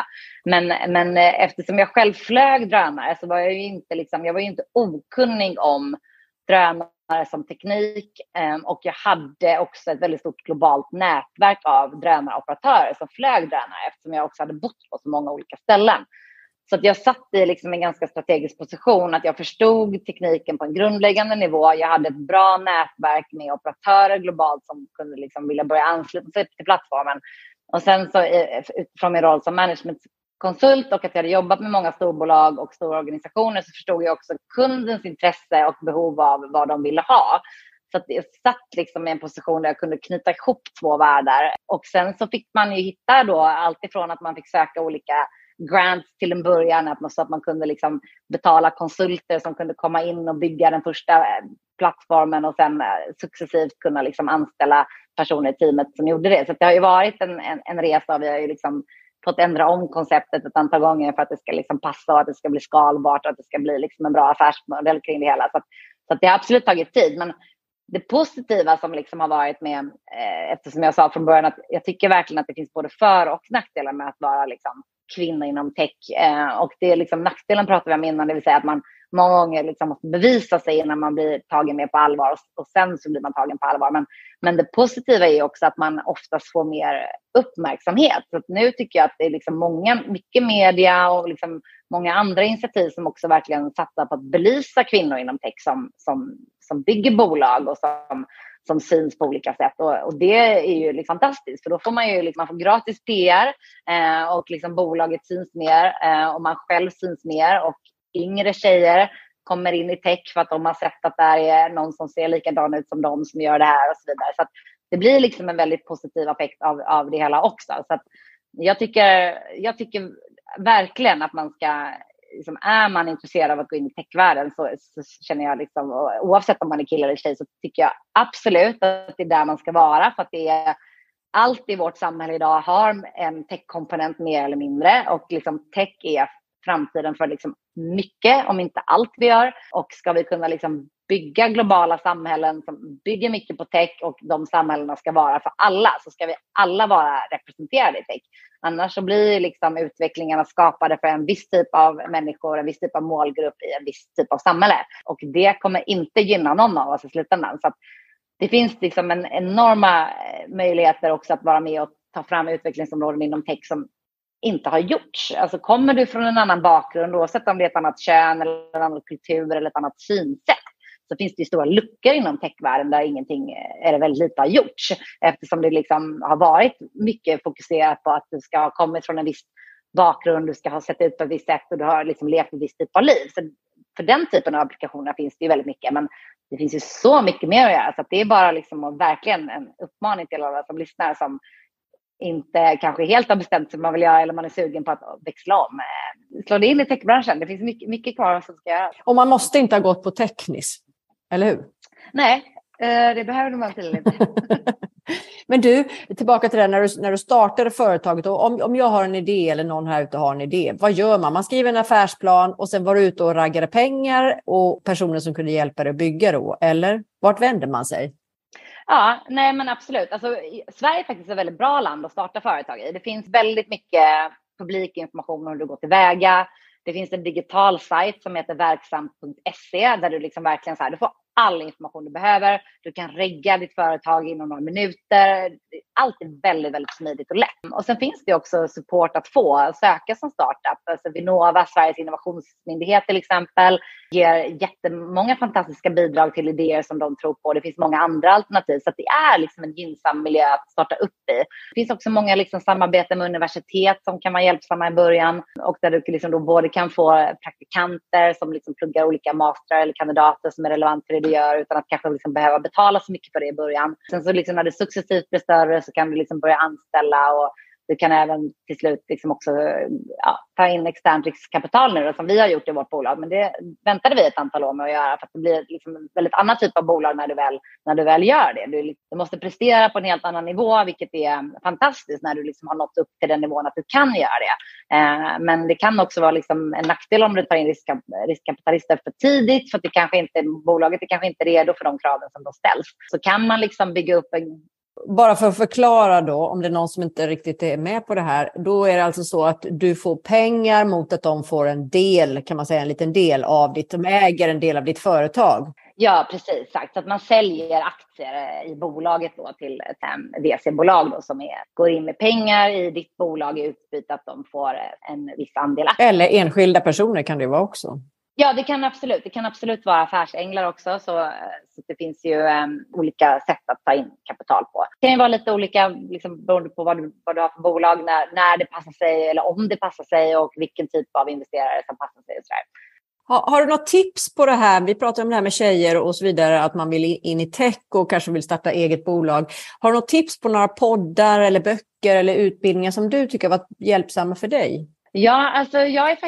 Men eftersom jag själv flög drönare så var jag ju inte okunnig om drönare som teknik, och jag hade också ett väldigt stort globalt nätverk av drönaroperatörer som flög drönare, eftersom jag också hade bott på så många olika ställen. Så att jag satt i liksom en ganska strategisk position, att jag förstod tekniken på en grundläggande nivå. Jag hade ett bra nätverk med operatörer globalt som kunde liksom vilja börja ansluta sig till plattformen. Och sen så utifrån min roll som managementkonsult och att jag hade jobbat med många storbolag och stora organisationer, så förstod jag också kundens intresse och behov av vad de ville ha. Så att jag satt liksom i en position där jag kunde knyta ihop två världar. Och sen så fick man ju hitta då allt ifrån att man fick söka olika grants till en början, så att man kunde liksom betala konsulter som kunde komma in och bygga den första plattformen och sen successivt kunna liksom anställa personer i teamet som gjorde det. Så det har ju varit en resa. Vi har ju liksom fått ändra om konceptet ett antal gånger för att det ska liksom passa och att det ska bli skalbart och att det ska bli liksom en bra affärsmodell kring det hela. Så att det har absolut tagit tid. Men det positiva som liksom har varit med, eftersom jag sa från början att jag tycker verkligen att det finns både för- och nackdelar med att vara liksom kvinna inom tech. Och det är liksom nackdelen pratar vi om innan, det vill säga att man många gånger liksom måste bevisa sig innan man blir tagen med på allvar och sen så blir man tagen på allvar. Men det positiva är också att man oftast får mer uppmärksamhet. Så att nu tycker jag att det är liksom mycket media och liksom många andra initiativ som också verkligen satsar på att belysa kvinnor inom tech som bygger bolag och som syns på olika sätt. Och det är ju liksom fantastiskt, för då får man ju liksom, man får gratis PR och liksom bolaget syns mer och man själv syns mer, och yngre tjejer kommer in i tech för att de har sett att det är någon som ser likadan ut som de som gör det här och så vidare. Så att det blir liksom en väldigt positiv effekt av det hela också. Så att jag tycker verkligen att man ska, liksom, är man intresserad av att gå in i techvärlden så känner jag liksom, oavsett om man är kille eller tjej, så tycker jag absolut att det är där man ska vara, för att det är allt i vårt samhälle idag har en tech-komponent mer eller mindre, och liksom tech är framtiden för liksom mycket, om inte allt vi gör. Och ska vi kunna liksom bygga globala samhällen som bygger mycket på tech, och de samhällena ska vara för alla, så ska vi alla vara representerade i tech. Annars så blir liksom utvecklingarna skapade för en viss typ av människor, en viss typ av målgrupp i en viss typ av samhälle. Och det kommer inte gynna någon av oss i slutändan. Så att det finns liksom en enorma möjligheter också att vara med och ta fram utvecklingsområden inom tech som inte har gjorts. Alltså kommer du från en annan bakgrund, oavsett om det är ett annat kön eller en annan kultur eller ett annat synsätt, så finns det ju stora luckor inom techvärlden där ingenting eller väldigt lite har gjorts, eftersom det liksom har varit mycket fokuserat på att du ska ha kommit från en viss bakgrund, du ska ha sett ut på ett visst sätt och du har liksom levt ett visst typ av liv. Så för den typen av applikationer finns det ju väldigt mycket, men det finns ju så mycket mer att göra, så att det är bara liksom verkligen en uppmaning till alla som lyssnar som inte kanske helt har bestämt sig vad man vill göra eller man är sugen på att växla om. Slå det in i techbranschen. Det finns mycket kvar som ska göras. Och man måste inte ha gått på tekniskt, eller hur? Nej, det behöver man tydligen inte. Men du, tillbaka till det när du startade företaget. Och om jag har en idé eller någon här ute har en idé, vad gör man? Man skriver en affärsplan och sen var du ute och raggade pengar och personer som kunde hjälpa dig att bygga då. Eller vart vänder man sig? Ja, nej men absolut. Alltså, Sverige är faktiskt ett väldigt bra land att starta företag i. Det finns väldigt mycket publik information om hur du går tillväga. Det finns en digital sajt som heter verksamt.se där du liksom verkligen så här, du får all information du behöver. Du kan regga ditt företag inom några minuter. Allt är väldigt, väldigt smidigt och lätt. Och sen finns det också support att få söka som startup. Alltså Vinnova, Sveriges innovationsmyndighet till exempel, ger jättemånga fantastiska bidrag till idéer som de tror på. Det finns många andra alternativ, så att det är liksom en gynnsam miljö att starta upp i. Det finns också många liksom samarbeten med universitet som kan vara hjälpsamma i början, och där du liksom då både kan få praktikanter som liksom pluggar olika mastrar eller kandidater som är relevant för det du gör, utan att kanske liksom behöva betala så mycket för det i början. Sen så liksom när det successivt blir större så kan du liksom börja anställa, och du kan även till slut liksom också ta in externt riskkapital nu då, som vi har gjort i vårt bolag. Men det väntade vi ett antal år med att göra, för att det blir liksom en väldigt annan typ av bolag när du väl gör det. Du måste prestera på en helt annan nivå, vilket är fantastiskt när du liksom har nått upp till den nivån att du kan göra det. Men det kan också vara liksom en nackdel om du tar in riskkapitalister för tidigt, för att bolaget är kanske inte redo för de kraven som då ställs. Så kan man liksom bygga upp Bara för att förklara då, om det är någon som inte riktigt är med på det här, då är det alltså så att du får pengar mot att de får en del, kan man säga, en liten del av de äger en del av ditt företag. Ja, precis. Sagt. Så att man säljer aktier i bolaget då till ett VC-bolag då, som går in med pengar i ditt bolag i utbyte att de får en viss andel aktier. Eller enskilda personer kan det vara också. Ja, det kan absolut vara affärsänglar också. Så det finns ju olika sätt att ta in kapital på. Det kan ju vara lite olika liksom, beroende på vad du har för bolag, när det passar sig eller om det passar sig, och vilken typ av investerare som passar sig och sådär. Har du något tips på det här? Vi pratar om det här med tjejer och så vidare, att man vill in i tech och kanske vill starta eget bolag. Har du något tips på några poddar eller böcker eller utbildningar som du tycker har varit hjälpsamma för dig? Ja, alltså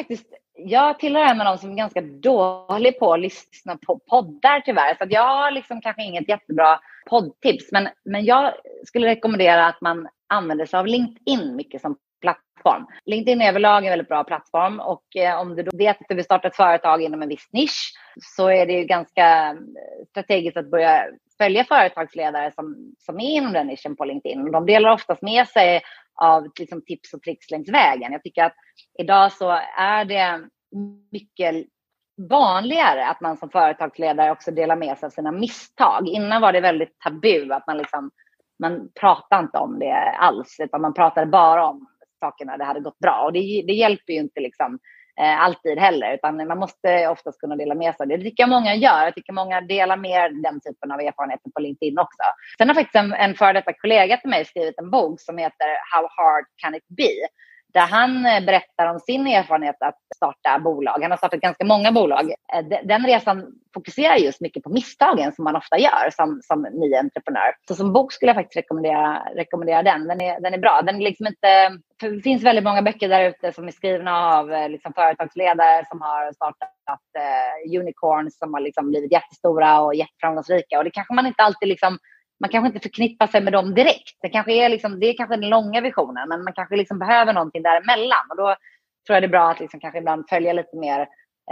jag tillhör en av de som är ganska dålig på att lyssna på poddar tyvärr. Så att jag har liksom kanske inget jättebra poddtips. Men jag skulle rekommendera att man använder sig av LinkedIn mycket som plattform. LinkedIn är överlag en väldigt bra plattform, och om du då vet att du vill starta ett företag inom en viss nisch, så är det ju ganska strategiskt att börja följa företagsledare som är inom den nischen på LinkedIn. De delar oftast med sig av liksom tips och tricks längs vägen. Jag tycker att idag så är det mycket vanligare att man som företagsledare också delar med sig av sina misstag. Innan var det väldigt tabu att man pratade inte om det alls, utan man pratade bara om sakerna det hade gått bra. Och det hjälper ju inte liksom alltid heller, utan man måste oftast kunna dela med sig. Det tycker jag många gör. Jag tycker många delar med den typen av erfarenheter på LinkedIn också. Sen har faktiskt en före detta kollega till mig skrivit en bok som heter How Hard Can It Be? Där han berättar om sin erfarenhet att starta bolag. Han har startat ganska många bolag. Den resan fokuserar just mycket på misstagen som man ofta gör som ny entreprenör. Så som bok skulle jag faktiskt rekommendera den. Den är bra. Den är liksom inte, det finns väldigt många böcker där ute som är skrivna av liksom företagsledare som har startat unicorns som har liksom blivit jättestora och jätteframgångsrika. Och det kanske man inte alltid liksom, man kanske inte förknippar sig med dem direkt. Det är kanske den långa visionen, men man kanske liksom behöver någonting däremellan. Och då tror jag det är bra att liksom kanske ibland följa lite mer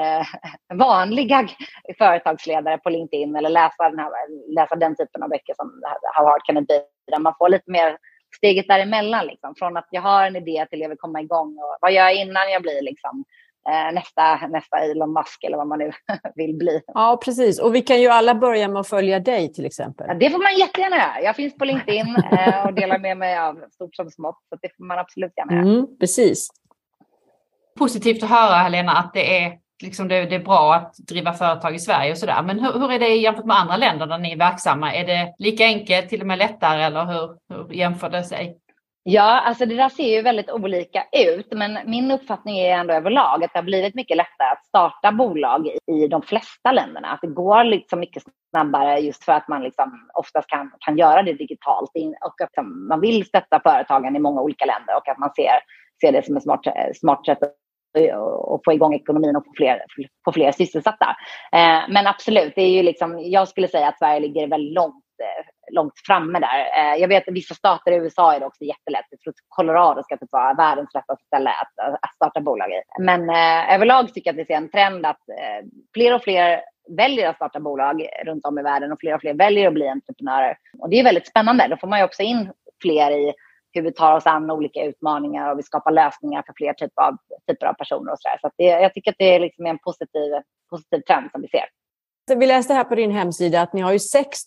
vanliga företagsledare på LinkedIn, eller läsa den typen av böcker som How Hard Can It Be, där man får lite mer steget däremellan. Liksom. Från att jag har en idé till jag vill komma igång, och vad gör jag innan jag blir liksom nästa Elon Musk eller vad man nu vill bli. Ja, precis. Och vi kan ju alla börja med att följa dig till exempel. Ja, det får man jättegärna göra. Jag finns på LinkedIn och delar med mig av stort som smått. Så det får man absolut gärna göra. Precis. Positivt att höra, Helena, att det är bra att driva företag i Sverige och sådär. Men hur är det jämfört med andra länder där ni är verksamma? Är det lika enkelt, till och med lättare, eller hur jämför det sig? Ja, alltså det där ser ju väldigt olika ut, men min uppfattning är ändå överlag att det har blivit mycket lättare att starta bolag i de flesta länderna. Att det går liksom mycket snabbare just för att man liksom oftast kan göra det digitalt, och att man vill stötta företagen i många olika länder, och att man ser det som ett smart sätt och få igång ekonomin och få fler sysselsatta. Men absolut, det är ju liksom, jag skulle säga att Sverige ligger väldigt långt framme där. Jag vet att vissa stater i USA är det också jättelätt. Jag tror att Colorado ska vara världens lättaste ställe att starta bolag i. Men överlag tycker jag att vi ser en trend att fler och fler väljer att starta bolag runt om i världen, och fler väljer att bli entreprenörer. Och det är väldigt spännande. Då får man ju också in fler i hur vi tar oss an olika utmaningar, och vi skapar lösningar för fler typer av personer och så där. Så att jag tycker att det är liksom en positiv trend som vi ser. Vi läste här på din hemsida att ni har ju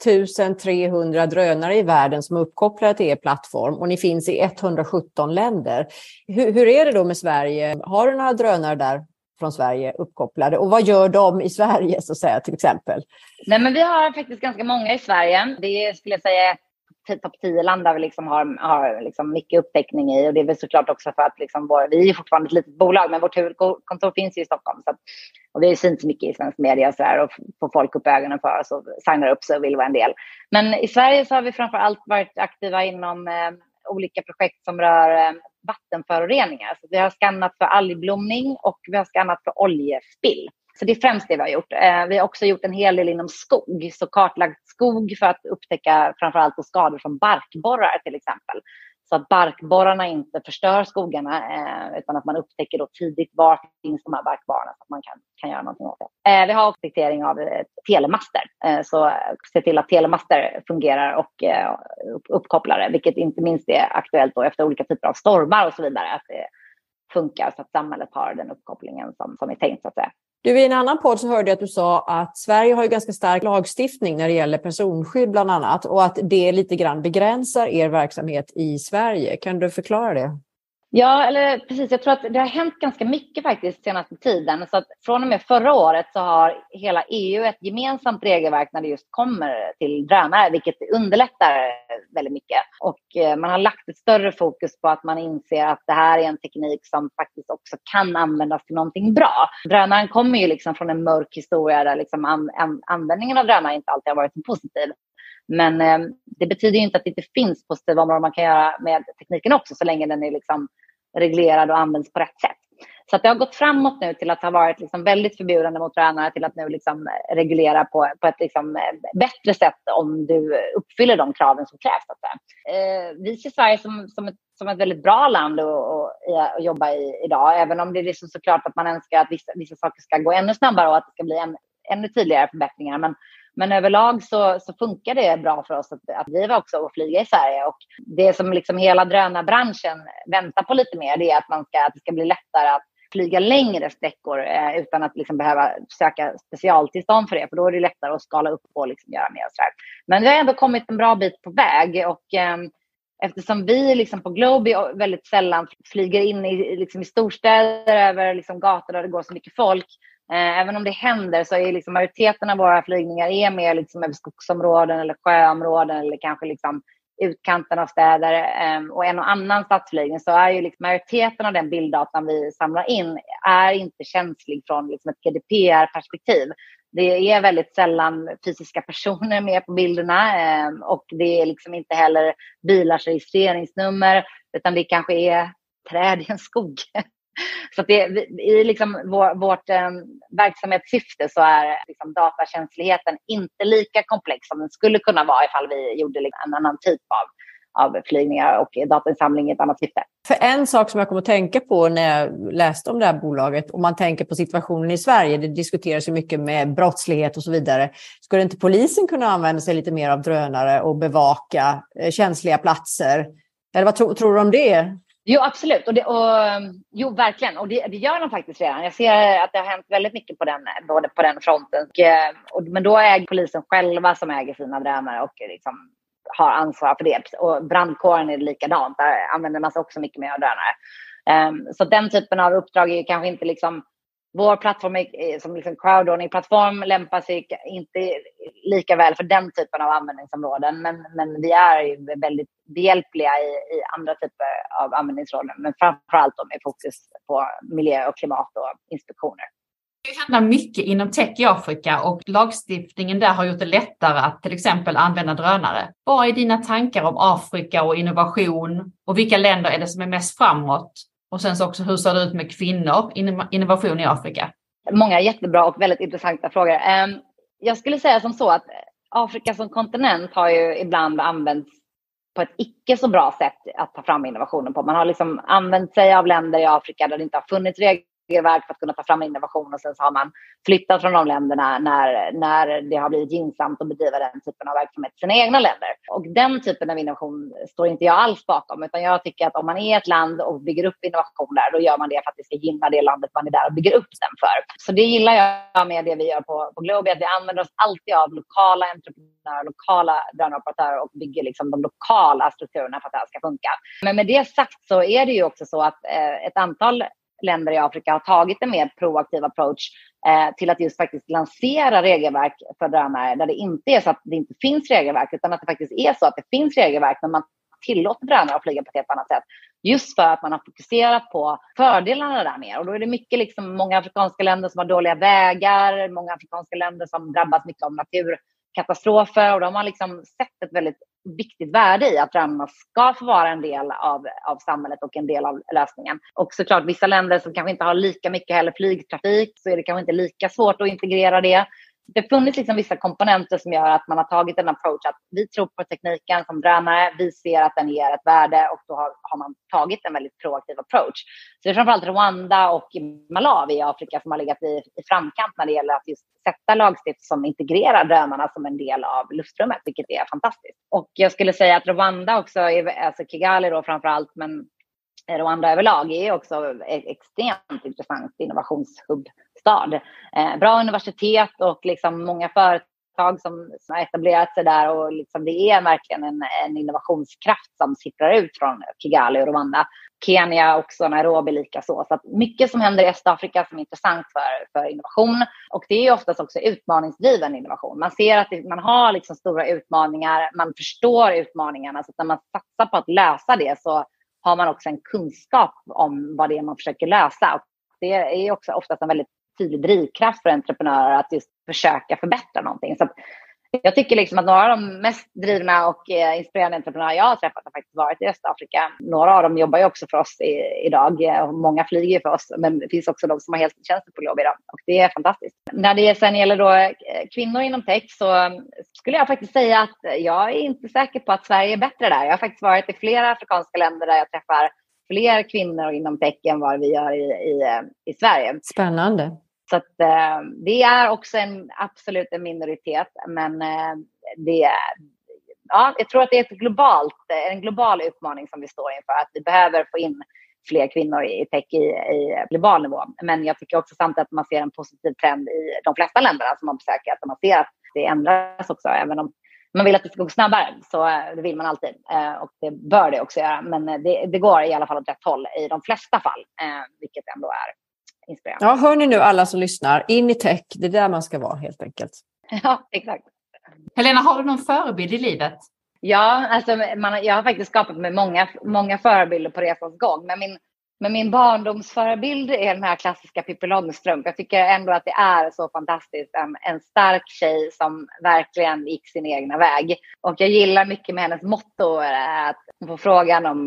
6300 drönare i världen som är uppkopplade till er plattform och ni finns i 117 länder. Hur är det då med Sverige? Har du några drönare där från Sverige uppkopplade och vad gör de i Sverige så att säga till exempel? Nej, men vi har faktiskt ganska många i Sverige. Det skulle jag säga topp 10 land där vi liksom har liksom mycket upptäckning i, och det är väl såklart också för att liksom vi är fortfarande ett litet bolag, men vårt huvudkontor finns ju i Stockholm, så att, och vi har ju synts mycket i svensk media och så här, och får folk upp ögonen för oss och signar upp sig och vill vara en del. Men i Sverige så har vi framförallt varit aktiva inom olika projekt som rör vattenföroreningar. Så vi har skannat för algblomning och vi har skannat för oljespill. Så det är främst det vi har gjort. Vi har också gjort en hel del inom skog. Så kartlagt skog för att upptäcka framförallt skador från barkborrar till exempel. Så att barkborrarna inte förstör skogarna utan att man upptäcker då tidigt var finns de här barkborrarna så att man kan göra någonting åt det. Vi har också detektering av telemaster. Så se till att telemaster fungerar och uppkopplare, vilket inte minst är aktuellt då efter olika typer av stormar och så vidare. Att det funkar så att samhället har den uppkopplingen som är tänkt så att säga. Du, i en annan podd så hörde jag att du sa att Sverige har ju ganska stark lagstiftning när det gäller personskydd bland annat och att det lite grann begränsar er verksamhet i Sverige. Kan du förklara det? Ja, eller precis. Jag tror att det har hänt ganska mycket faktiskt senaste tiden. Så att från och med förra året så har hela EU ett gemensamt regelverk när det just kommer till drönare, vilket underlättar väldigt mycket. Och man har lagt ett större fokus på att man inser att det här är en teknik som faktiskt också kan användas till någonting bra. Drönaren kommer ju liksom från en mörk historia där liksom användningen av drönare inte alltid har varit så positiv. Men det betyder ju inte att det inte finns positiva områden man kan göra med tekniken också, så länge den är liksom reglerad och används på rätt sätt. Så att det har gått framåt nu till att ha varit liksom väldigt förbjudande mot drönare till att nu liksom reglera på ett liksom bättre sätt om du uppfyller de kraven som krävs. Vi ser Sverige som ett väldigt bra land att jobba i idag, även om det är liksom såklart att man önskar att vissa saker ska gå ännu snabbare och att det ska bli ännu tydligare förbättringar. Men överlag så funkar det bra för oss att driva också och flyga i Sverige. Och det som liksom hela drönarbranschen väntar på lite mer, det är att det ska bli lättare att flyga längre sträckor utan att liksom behöva söka specialtillstånd för det. För då är det lättare att skala upp och liksom göra mer. Så här. Men vi har ändå kommit en bra bit på väg. Och eftersom vi liksom på Globy väldigt sällan flyger in i storstäder över liksom gator där det går så mycket folk. Även om det händer så är liksom majoriteten av våra flygningar är mer liksom över skogsområden eller sjöområden eller kanske liksom utkanten av städer och en och annan stadsflygning, så är ju liksom majoriteten av den bilddatan vi samlar in är inte känslig från liksom ett GDPR-perspektiv. Det är väldigt sällan fysiska personer med på bilderna och det är liksom inte heller bilars registreringsnummer, utan det kanske är träd i en skog. Så att i liksom vårt verksamhetssyfte så är liksom datakänsligheten inte lika komplex som den skulle kunna vara ifall vi gjorde liksom en annan typ av flygningar och datainsamling i ett annat syfte. För en sak som jag kom att tänka på när jag läste om det här bolaget, om man tänker på situationen i Sverige, det diskuteras ju mycket med brottslighet och så vidare. Skulle inte polisen kunna använda sig lite mer av drönare och bevaka känsliga platser? Eller vad tror du om det? Jo, absolut. Jo, verkligen. Och det gör de faktiskt redan. Jag ser att det har hänt väldigt mycket på den fronten. Men då är polisen själva som äger sina drönare och liksom har ansvar för det. Och brandkåren är likadant. Där använder man sig också mycket mer av drönare. Så den typen av uppdrag är kanske inte liksom... Vår plattform som liksom crowdrunning-plattform lämpar sig inte lika väl för den typen av användningsområden. Men vi är ju väldigt behjälpliga i andra typer av användningsområden. Men framförallt med fokus på miljö och klimat och inspektioner. Det handlar mycket inom tech i Afrika och lagstiftningen där har gjort det lättare att till exempel använda drönare. Vad är dina tankar om Afrika och innovation och vilka länder är det som är mest framåt? Och sen så också, hur ser det ut med kvinnor, innovation i Afrika? Många jättebra och väldigt intressanta frågor. Jag skulle säga som så att Afrika som kontinent har ju ibland använts på ett icke så bra sätt att ta fram innovationer på. Man har liksom använt sig av länder i Afrika där det inte har funnits regelverk för att kunna ta fram innovation, och sen så har man flyttat från de länderna när det har blivit gynnsamt att bedriva den typen av verksamhet i sina egna länder. Och den typen av innovation står inte jag alls bakom, utan jag tycker att om man är ett land och bygger upp innovation där, då gör man det för att det ska gynna det landet man är där och bygger upp den för. Så det gillar jag med det vi gör på Globi, att vi använder oss alltid av lokala entreprenörer, lokala drönoperatörer och bygger liksom de lokala strukturerna för att det här ska funka. Men med det sagt så är det ju också så att ett antal länder i Afrika har tagit en mer proaktiv approach till att just faktiskt lansera regelverk för drönare, där det inte är så att det inte finns regelverk, utan att det faktiskt är så att det finns regelverk, men man tillåter drönare att flyga på ett helt annat sätt. Just för att man har fokuserat på fördelarna där mer. Och då är det mycket liksom många afrikanska länder som har dåliga vägar, många afrikanska länder som drabbas mycket av naturkatastrofer, och de har liksom sett ett väldigt viktigt värde i att drönarna ska få vara en del av samhället och en del av lösningen. Och såklart vissa länder som kanske inte har lika mycket heller flygtrafik, så är det kanske inte lika svårt att integrera det. Det funnits liksom vissa komponenter som gör att man har tagit en approach att vi tror på tekniken som drönare, vi ser att den ger ett värde, och då har man tagit en väldigt proaktiv approach. Så det är framförallt Rwanda och Malawi i Afrika som har legat i framkant när det gäller att just sätta lagstiftning som integrerar drönarna som en del av luftrummet, vilket är fantastiskt. Och jag skulle säga att Rwanda också, alltså Kigali då framförallt, men Rwanda överlag är också extremt intressant innovationshubbstad. Bra universitet och liksom många företag som har etablerat sig där, och liksom det är verkligen en innovationskraft som sipprar ut från Kigali och Rwanda. Kenya också, Nairobi lika så. Så att mycket som händer i Östafrika som är intressant för innovation. Och det är oftast också utmaningsdriven innovation. Man ser att man har liksom stora utmaningar, man förstår utmaningarna, så att när man satsar på att lösa det så har man också en kunskap om vad det är man försöker lösa. Och det är också oftast en väldigt tydlig drivkraft för entreprenörer att just försöka förbättra någonting. Så jag tycker liksom att några av de mest drivna och inspirerande entreprenörer jag har träffat har faktiskt varit i Östafrika. Några av dem jobbar ju också för oss idag, och många flyger för oss, men det finns också de som har heltidstjänster på Globi idag, och det är fantastiskt. När det sen gäller då kvinnor inom tech, så skulle jag faktiskt säga att jag är inte säker på att Sverige är bättre där. Jag har faktiskt varit i flera afrikanska länder där jag träffar fler kvinnor inom tech än vad vi gör i Sverige. Spännande. Så att, det är också absolut en minoritet, men jag tror att det är en global utmaning som vi står inför, att vi behöver få in fler kvinnor i tech i global nivå. Men jag tycker också samtidigt att man ser en positiv trend i de flesta länderna som man besöker, att man ser att det ändras också, även om man vill att det ska gå snabbare, så det vill man alltid, och det bör det också göra, men det går i alla fall åt rätt håll i de flesta fall, vilket ändå är inspirerande. Ja, hör ni nu alla som lyssnar, in i tech, det är där man ska vara helt enkelt. Ja, exakt. Helena, har du någon förebild i livet? Ja, alltså jag har faktiskt skapat med många förebilder på resans gång, men min barndomsförebild är den här klassiska Pippi Långstrump. Jag tycker ändå att det är så fantastiskt, en stark tjej som verkligen gick sin egna väg. Och jag gillar mycket med hennes motto, att hon får frågan om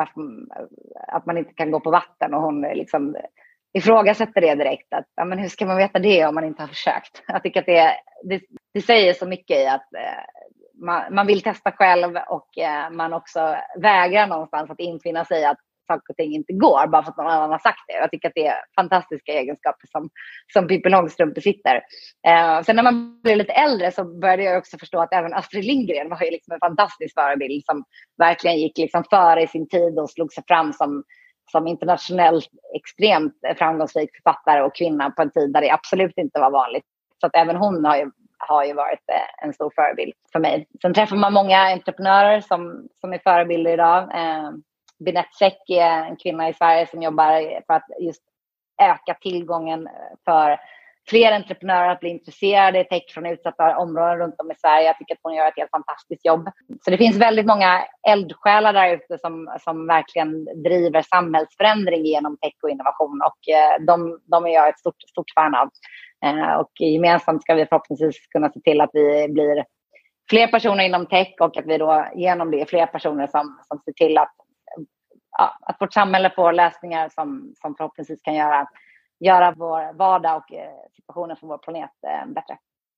att man inte kan gå på vatten, och hon liksom ifrågasätter det direkt. Att, men hur ska man veta det om man inte har försökt? Jag tycker att det säger så mycket i att man vill testa själv, och man också vägrar någonstans att infinna sig att saker och ting inte går bara för att någon annan har sagt det. Jag tycker att det är fantastiska egenskaper som Pippi Långstrump besitter. Sen när man blir lite äldre så började jag också förstå att även Astrid Lindgren var ju liksom en fantastisk förebild som verkligen gick liksom före i sin tid och slog sig fram som internationellt extremt framgångsrik författare och kvinna på en tid där det absolut inte var vanligt. Så att även hon har ju varit en stor förebild för mig. Sen träffar man många entreprenörer som är förebilder idag. Binette Säck är en kvinna i Sverige som jobbar för att just öka tillgången för fler entreprenörer att bli intresserade i tech från utsatta områden runt om i Sverige. Jag tycker att hon gör ett helt fantastiskt jobb. Så det finns väldigt många eldsjälar där ute som verkligen driver samhällsförändring genom tech och innovation. Och de är jag ett stort fan av. Och gemensamt ska vi förhoppningsvis kunna se till att vi blir fler personer inom tech, och att vi då genom det är fler personer som ser till att vårt samhälle får lösningar som förhoppningsvis kan göra vår vardag och situationen för vår planet bättre.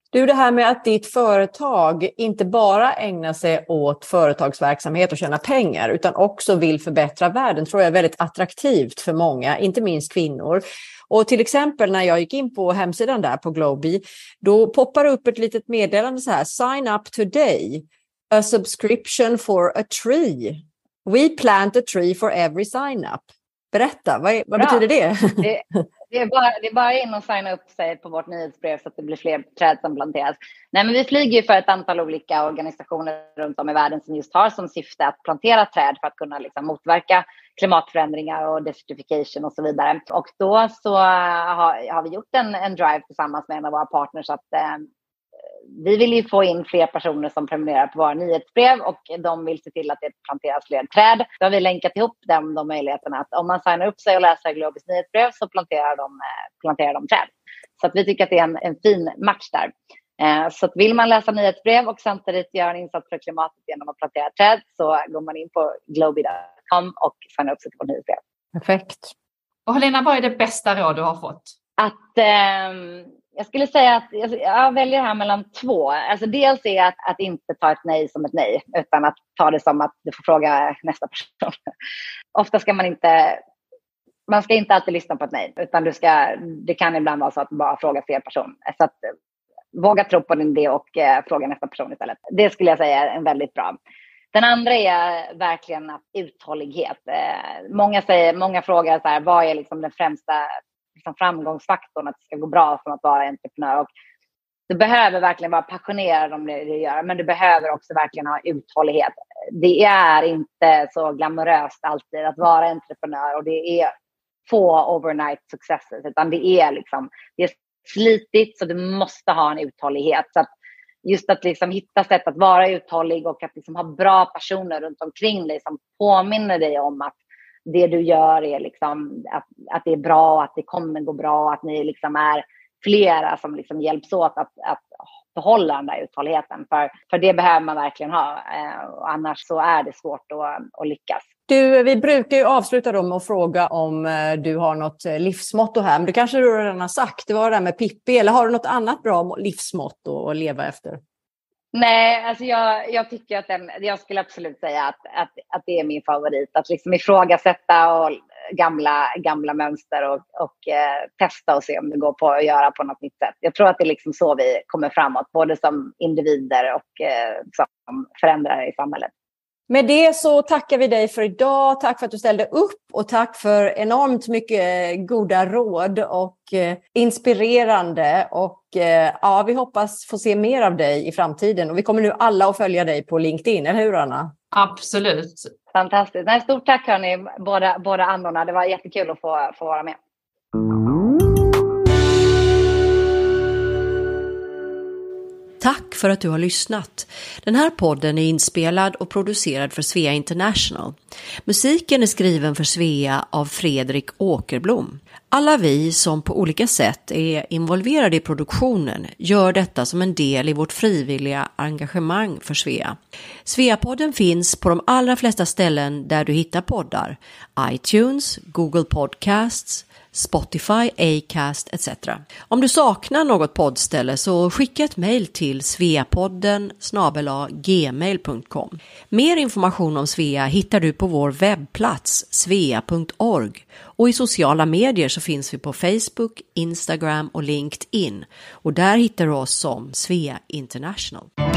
Du, det här med att ditt företag inte bara ägnar sig åt företagsverksamhet och tjäna pengar utan också vill förbättra världen tror jag är väldigt attraktivt för många, inte minst kvinnor. Och till exempel när jag gick in på hemsidan där på Globee, då poppar det upp ett litet meddelande så här: sign up today, a subscription for a tree. We plant a tree for every sign up. Berätta, vad betyder det? Det är bara in och signa upp sig på vårt nyhetsbrev så att det blir fler träd som planteras. Nej, men vi flyger för ett antal olika organisationer runt om i världen som just har som syfte att plantera träd för att kunna liksom motverka klimatförändringar och desertification och så vidare. Och då så har vi gjort en drive tillsammans med en av våra partners att vi vill ju få in fler personer som prenumererar på våra nyhetsbrev och de vill se till att det planteras fler träd. Då har vi länkat ihop de möjligheterna att om man signar upp sig och läser Globees nyhetsbrev så planterar de träd. Så att vi tycker att det är en fin match där. Så att vill man läsa nyhetsbrev och samtidigt göra en insats för klimatet genom att plantera träd så går man in på globee.com och signar upp sig till vårt nyhetsbrev. Perfekt. Och Helena, vad är det bästa råd du har fått? Jag skulle säga att jag väljer här mellan två. Alltså dels är att inte ta ett nej som ett nej, utan att ta det som att du får fråga nästa person. Ofta ska man ska inte alltid lyssna på ett nej, utan det kan ibland vara så att du bara frågar fel person. Så att våga tro på din idé och fråga nästa person istället. Det skulle jag säga är en väldigt bra. Den andra är verkligen uthållighet. Många frågar så här, vad är liksom den främsta framgångsfaktorn att det ska gå bra som att vara entreprenör, och du behöver verkligen vara passionerad om det du gör, men du behöver också verkligen ha uthållighet. Det är inte så glamoröst alltid att vara entreprenör och det är få overnight successes, utan det är slitigt, så du måste ha en uthållighet. Så att just att hitta sätt att vara uthållig och att ha bra personer runt omkring dig som påminner dig om att det du gör är att det är bra, att det kommer gå bra, att ni är flera som hjälps åt att behålla den där uthålligheten. För det behöver man verkligen ha, och annars så är det svårt att lyckas. Du, vi brukar ju avsluta med att fråga om du har något livsmotto här, men det kanske du redan har sagt. Det var det där med Pippi, eller har du något annat bra livsmotto att leva efter? Nej, alltså jag tycker att jag skulle absolut säga att det är min favorit. Att ifrågasätta och gamla mönster och testa och se om det går på att göra på något nytt sätt. Jag tror att det är så vi kommer framåt, både som individer och som förändrare i samhället. Med det så tackar vi dig för idag. Tack för att du ställde upp och tack för enormt mycket goda råd och inspirerande. Och vi hoppas få se mer av dig i framtiden. Och vi kommer nu alla att följa dig på LinkedIn, eller hur Anna? Absolut. Fantastiskt. Nej, stort tack hörni, båda Annorna. Det var jättekul att få vara med. Tack för att du har lyssnat. Den här podden är inspelad och producerad för Svea International. Musiken är skriven för Svea av Fredrik Åkerblom. Alla vi som på olika sätt är involverade i produktionen gör detta som en del i vårt frivilliga engagemang för Svea. Svea-podden finns på de allra flesta ställen där du hittar poddar. iTunes, Google Podcasts, Spotify, Acast etc. Om du saknar något poddställe så skicka ett mejl till sveapodden@gmail.com. Mer information om Svea hittar du på vår webbplats svea.org och i sociala medier så finns vi på Facebook, Instagram och LinkedIn och där hittar du oss som Svea International.